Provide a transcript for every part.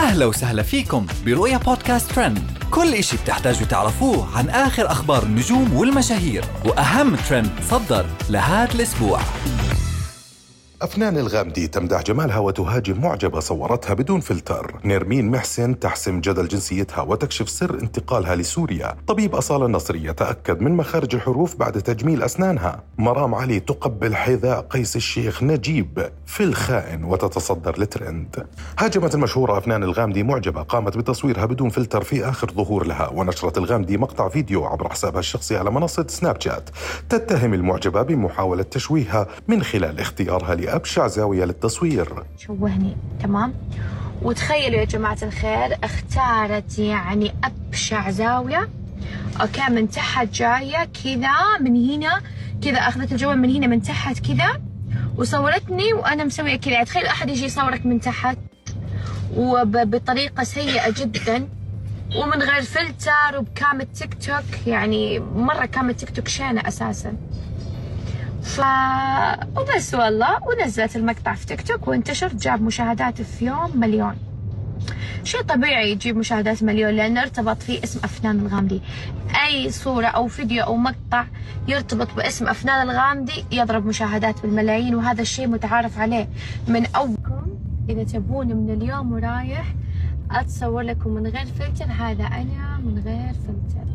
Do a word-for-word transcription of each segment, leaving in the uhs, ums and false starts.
أهلا وسهلا فيكم برؤيا بودكاست ترند. كل إشي بتحتاجوا تعرفوه عن آخر أخبار النجوم والمشاهير وأهم ترند صدر لهذا الأسبوع. أفنان الغامدي تمدح جمالها وتهاجم معجبة صورتها بدون فلتر. نيرمين محسن تحسم جدل جنسيتها وتكشف سر انتقالها لسوريا. طبيب أصالة النصرية تأكد من مخارج الحروف بعد تجميل أسنانها. مرام علي تقبل حذاء قيس الشيخ نجيب في الخائن وتتصدر لترند. هاجمت المشهورة أفنان الغامدي معجبة قامت بتصويرها بدون فلتر في آخر ظهور لها، ونشرت الغامدي مقطع فيديو عبر حسابها الشخصي على منصة سناب شات تتهم المعجبة بمحاولة تشويهها من خلال اختيارها أبشع زاوية للتصوير. شوهني تمام، وتخيلوا يا جماعة الخير اختارت يعني أبشع زاوية. أوكي، من تحت جاية كذا، من هنا كذا أخذت الجوال من هنا من تحت كذا وصورتني وأنا مسوية كذا. تخيل أحد يجي يصورك من تحت وبطريقة سيئة جدا ومن غير فلتر وبكامل تيك توك، يعني مرة كامل تيك توك شينة أساساً. ف وبس والله، ونزلت المقطع في تيك توك وانتشر، جاب مشاهدات في يوم مليون. شيء طبيعي يجيب مشاهدات مليون لأنه ارتبط فيه اسم أفنان الغامدي. أي صورة أو فيديو أو مقطع يرتبط باسم أفنان الغامدي يضرب مشاهدات بالملايين، وهذا الشيء متعارف عليه من أولكم. إذا تبون من اليوم ورايح أتصور لكم من غير فلتر، هذا أنا من غير فلتر.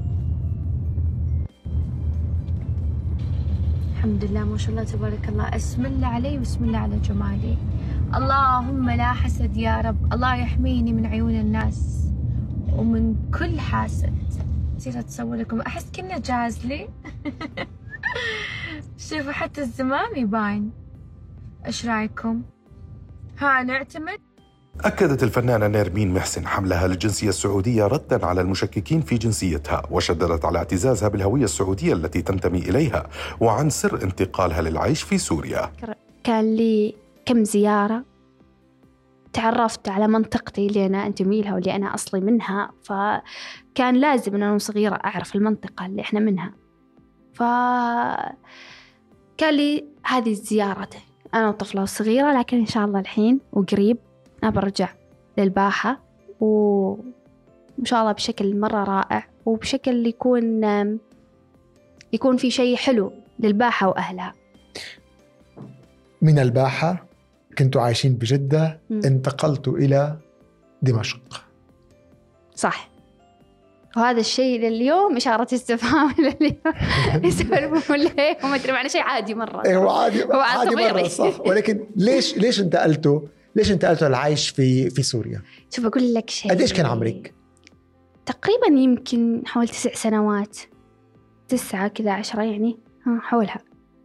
الحمد لله ما شاء الله تبارك الله، اسم الله علي واسم الله على جمالي. اللهم لا حسد يا رب، الله يحميني من عيون الناس ومن كل حاسد. تصير اتصور لكم احس كنا جاز لي. شوفوا حتى الزمام يبان. ايش رايكم؟ ها نعتمد؟ أكدت الفنانة نيرمين محسن حملها للجنسية السعودية رداً على المشككين في جنسيتها، وشددت على اعتزازها بالهوية السعودية التي تنتمي إليها وعن سر انتقالها للعيش في سوريا. كان لي كم زيارة، تعرفت على منطقتي اللي أنا أنتمي لها واللي أنا أصلي منها، فكان لازم أن أنا صغيرة أعرف المنطقة اللي إحنا منها. فكان لي هذه الزيارة أنا وطفلة صغيرة، لكن إن شاء الله الحين وقريب أنا برجع للباحة وإن شاء الله بشكل مرة رائع، وبشكل يكون يكون في شيء حلو للباحة وأهلها. من الباحة كنتوا عايشين بجدة، م. انتقلتوا إلى دمشق. صح، وهذا الشيء لليوم إشارة استفهام لليوم يسولفون ليه وما أدري معنى شيء عادي مرة. إيه عادي عادي مرة صح، ولكن ليش ليش انتقلتوا ليش انتقلتوا العيش في في سوريا؟ شوف أقول لك شيء. قديش كان عمرك؟ تقريبا يمكن حوالي تسع سنوات، تسعة كذا عشرة يعني حولها.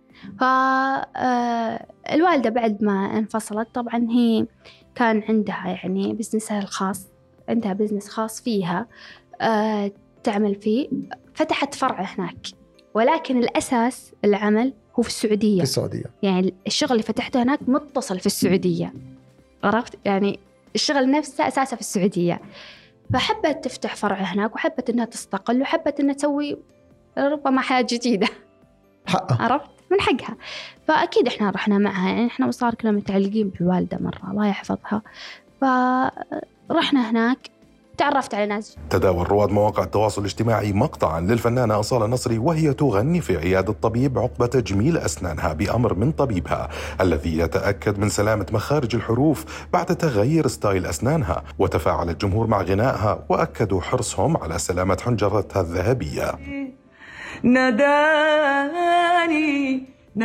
فالوالدة بعد ما انفصلت طبعا هي كان عندها يعني بزنسها الخاص، عندها بزنس خاص فيها تعمل فيه، فتحت فرع هناك، ولكن الأساس العمل هو في السعودية. في السعودية يعني الشغل اللي فتحته هناك متصل في السعودية، عرفت؟ يعني الشغل نفسه أساسه في السعودية. فحبت تفتح فرع هناك وحبت أنها تستقل وحبت أنها تسوي ربما حياة جديدة. حقها، عرفت؟ من حقها. فأكيد إحنا رحنا معها، يعني إحنا وصار كنا متعلقين بالوالدة مرة الله يحفظها، فرحنا هناك تعرفت على ناس. تداول رواد مواقع التواصل الاجتماعي مقطعا للفنانة أصالة النصري وهي تغني في عيادة طبيب عقب تجميل أسنانها بأمر من طبيبها الذي يتأكد من سلامة مخارج الحروف بعد تغيير ستايل أسنانها. وتفاعل الجمهور مع غنائها وأكدوا حرصهم على سلامة حنجرتها الذهبية. نداني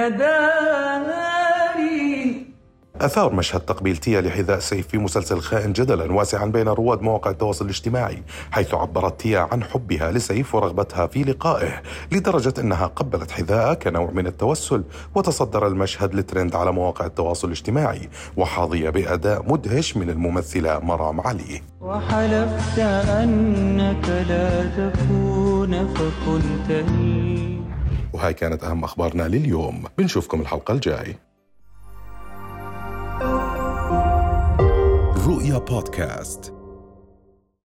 نداني. أثار مشهد تقبيل تيا لحذاء سيف في مسلسل خائن جدلا واسعا بين رواد مواقع التواصل الاجتماعي، حيث عبرت تيا عن حبها لسيف ورغبتها في لقائه لدرجة أنها قبلت حذاءه كنوع من التوسل. وتصدر المشهد لترند على مواقع التواصل الاجتماعي وحظي بأداء مدهش من الممثلة مرام علي. وحلفت أنك لا تكون فكنت لي. وهاي كانت أهم أخبارنا لليوم، بنشوفكم الحلقة الجاي. رؤيا بودكاست.